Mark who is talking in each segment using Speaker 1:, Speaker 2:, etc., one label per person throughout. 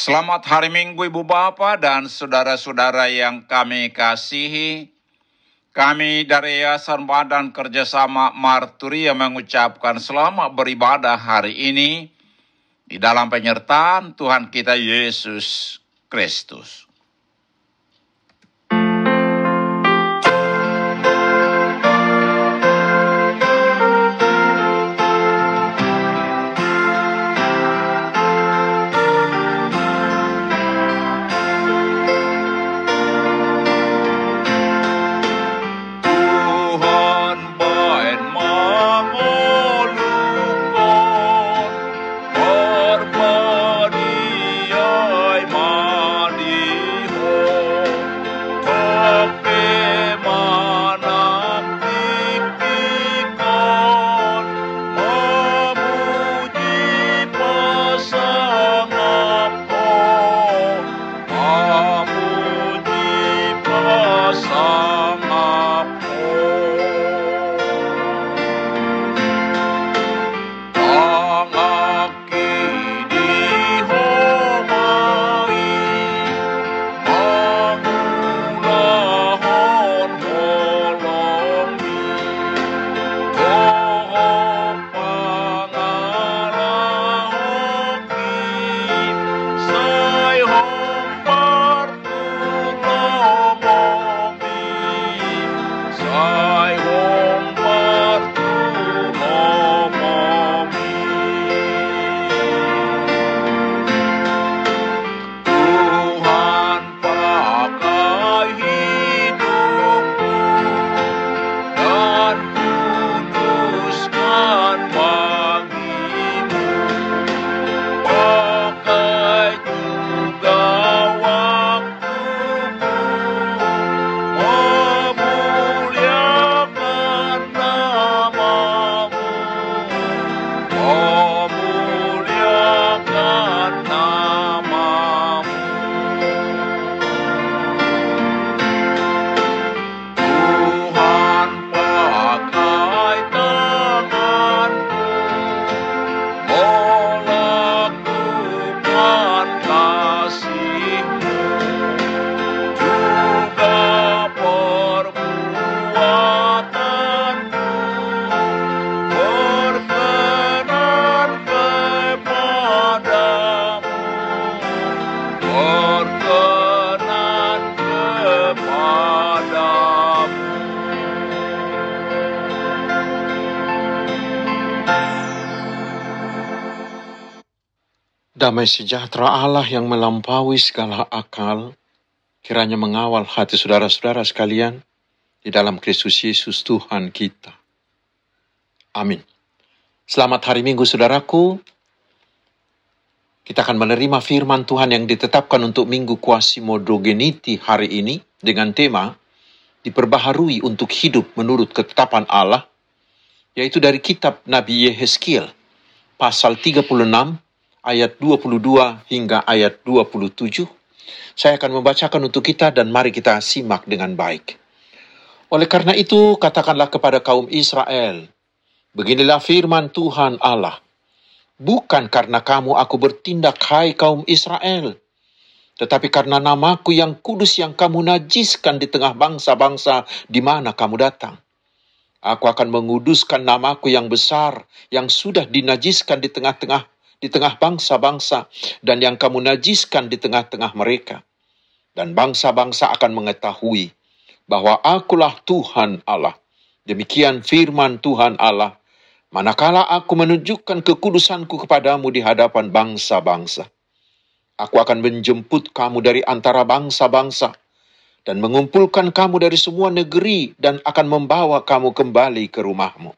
Speaker 1: Selamat hari Minggu Ibu Bapak dan saudara-saudara yang kami kasihi. Kami dari Yayasan Badan Kerjasama Marturia mengucapkan selamat beribadah hari ini di dalam penyertaan Tuhan kita Yesus Kristus.
Speaker 2: Damai sejahtera Allah yang melampaui segala akal, kiranya mengawal hati saudara-saudara sekalian di dalam Kristus Yesus Tuhan kita. Amin. Selamat hari Minggu saudaraku. Kita akan menerima firman Tuhan yang ditetapkan untuk Minggu Quasimodogeniti hari ini dengan tema diperbaharui untuk hidup menurut ketetapan Allah, yaitu dari kitab Nabi Yehezkiel, pasal 36, ayat 22 hingga ayat 27. Saya akan membacakan untuk kita dan mari kita simak dengan baik. Oleh karena itu, katakanlah kepada kaum Israel, beginilah firman Tuhan Allah. Bukan karena kamu aku bertindak, hai kaum Israel, tetapi karena namaku yang kudus yang kamu najiskan di tengah bangsa-bangsa di mana kamu datang. Aku akan menguduskan namaku yang besar yang sudah dinajiskan di tengah bangsa-bangsa dan yang kamu najiskan di tengah-tengah mereka. Dan bangsa-bangsa akan mengetahui bahwa akulah Tuhan Allah. Demikian firman Tuhan Allah, manakala aku menunjukkan kekudusanku kepadamu di hadapan bangsa-bangsa. Aku akan menjemput kamu dari antara bangsa-bangsa dan mengumpulkan kamu dari semua negeri dan akan membawa kamu kembali ke rumahmu.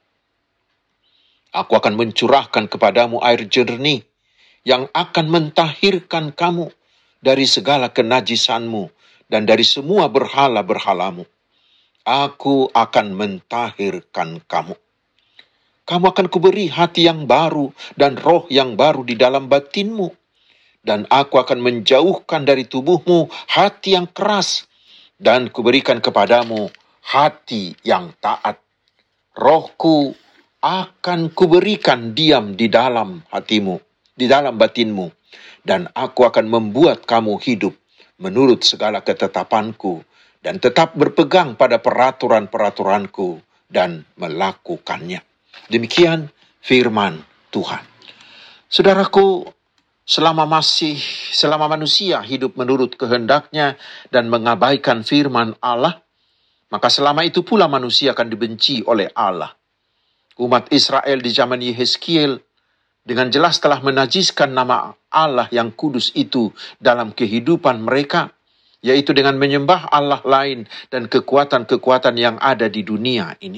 Speaker 2: Aku akan mencurahkan kepadamu air jernih yang akan mentahirkan kamu dari segala kenajisanmu dan dari semua berhala-berhalamu. Aku akan mentahirkan kamu. Kamu akan kuberi hati yang baru dan roh yang baru di dalam batinmu. Dan aku akan menjauhkan dari tubuhmu hati yang keras dan kuberikan kepadamu hati yang taat. Rohku akan kuberikan diam di dalam hatimu, di dalam batinmu, dan aku akan membuat kamu hidup menurut segala ketetapanku, dan tetap berpegang pada peraturan-peraturanku dan melakukannya. Demikian firman Tuhan. Saudaraku, selama manusia hidup menurut kehendaknya dan mengabaikan firman Allah, maka selama itu pula manusia akan dibenci oleh Allah. Umat Israel di zaman Yehezkiel dengan jelas telah menajiskan nama Allah yang kudus itu dalam kehidupan mereka, yaitu dengan menyembah Allah lain dan kekuatan-kekuatan yang ada di dunia ini.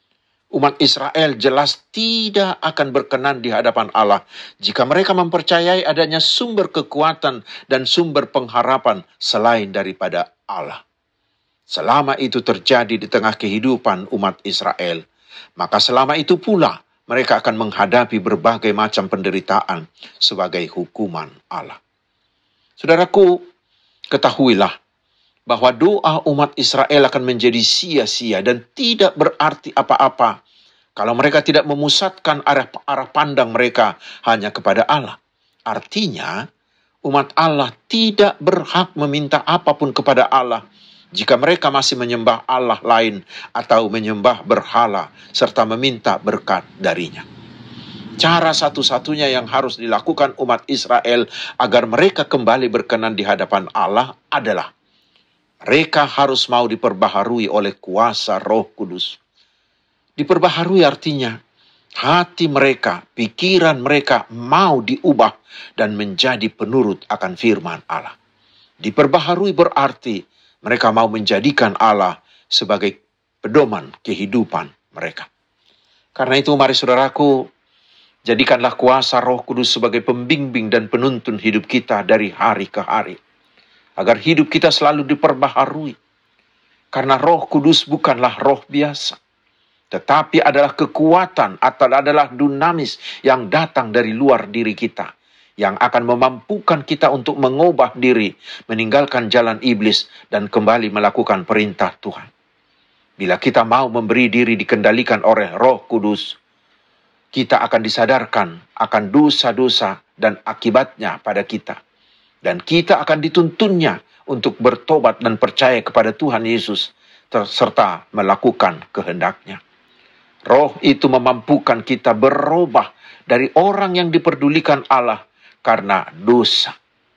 Speaker 2: Umat Israel jelas tidak akan berkenan di hadapan Allah jika mereka mempercayai adanya sumber kekuatan dan sumber pengharapan selain daripada Allah. Selama itu terjadi di tengah kehidupan umat Israel, maka selama itu pula mereka akan menghadapi berbagai macam penderitaan sebagai hukuman Allah. Saudaraku, ketahuilah bahwa doa umat Israel akan menjadi sia-sia dan tidak berarti apa-apa kalau mereka tidak memusatkan arah pandang mereka hanya kepada Allah. Artinya, umat Allah tidak berhak meminta apapun kepada Allah jika mereka masih menyembah Allah lain atau menyembah berhala serta meminta berkat darinya. Cara satu-satunya yang harus dilakukan umat Israel agar mereka kembali berkenan di hadapan Allah adalah mereka harus mau diperbaharui oleh kuasa Roh Kudus. Diperbaharui artinya hati mereka, pikiran mereka mau diubah dan menjadi penurut akan firman Allah. Diperbaharui berarti mereka mau menjadikan Allah sebagai pedoman kehidupan mereka. Karena itu mari saudaraku, jadikanlah kuasa Roh Kudus sebagai pembimbing dan penuntun hidup kita dari hari ke hari, agar hidup kita selalu diperbaharui. Karena Roh Kudus bukanlah roh biasa, tetapi adalah kekuatan atau adalah dunamis yang datang dari luar diri kita, yang akan memampukan kita untuk mengubah diri, meninggalkan jalan iblis, dan kembali melakukan perintah Tuhan. Bila kita mau memberi diri dikendalikan oleh Roh Kudus, kita akan disadarkan akan dosa-dosa dan akibatnya pada kita. Dan kita akan dituntunnya untuk bertobat dan percaya kepada Tuhan Yesus, serta melakukan kehendaknya. Roh itu memampukan kita berubah dari orang yang diperdulikan Allah karena dosa,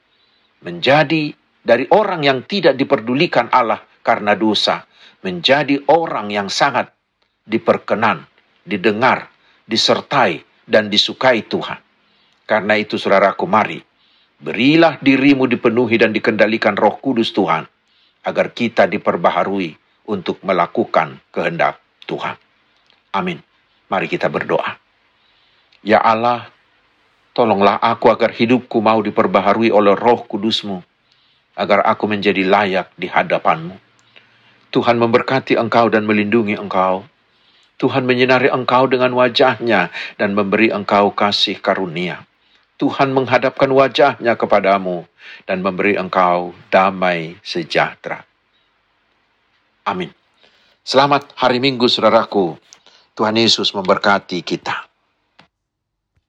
Speaker 2: menjadi dari orang yang tidak diperdulikan Allah karena dosa, menjadi orang yang sangat diperkenan, didengar, disertai, dan disukai Tuhan. Karena itu saudaraku, mari berilah dirimu dipenuhi dan dikendalikan Roh Kudus Tuhan, agar kita diperbaharui untuk melakukan kehendak Tuhan. Amin. Mari kita berdoa. Ya Allah, tolonglah aku agar hidupku mau diperbaharui oleh Roh Kudus-Mu, agar aku menjadi layak di hadapan-Mu. Tuhan memberkati Engkau dan melindungi Engkau. Tuhan menyinari Engkau dengan wajah-Nya dan memberi Engkau kasih karunia. Tuhan menghadapkan wajah-Nya kepadamu dan memberi Engkau damai sejahtera. Amin. Selamat hari Minggu, saudaraku. Tuhan Yesus memberkati kita.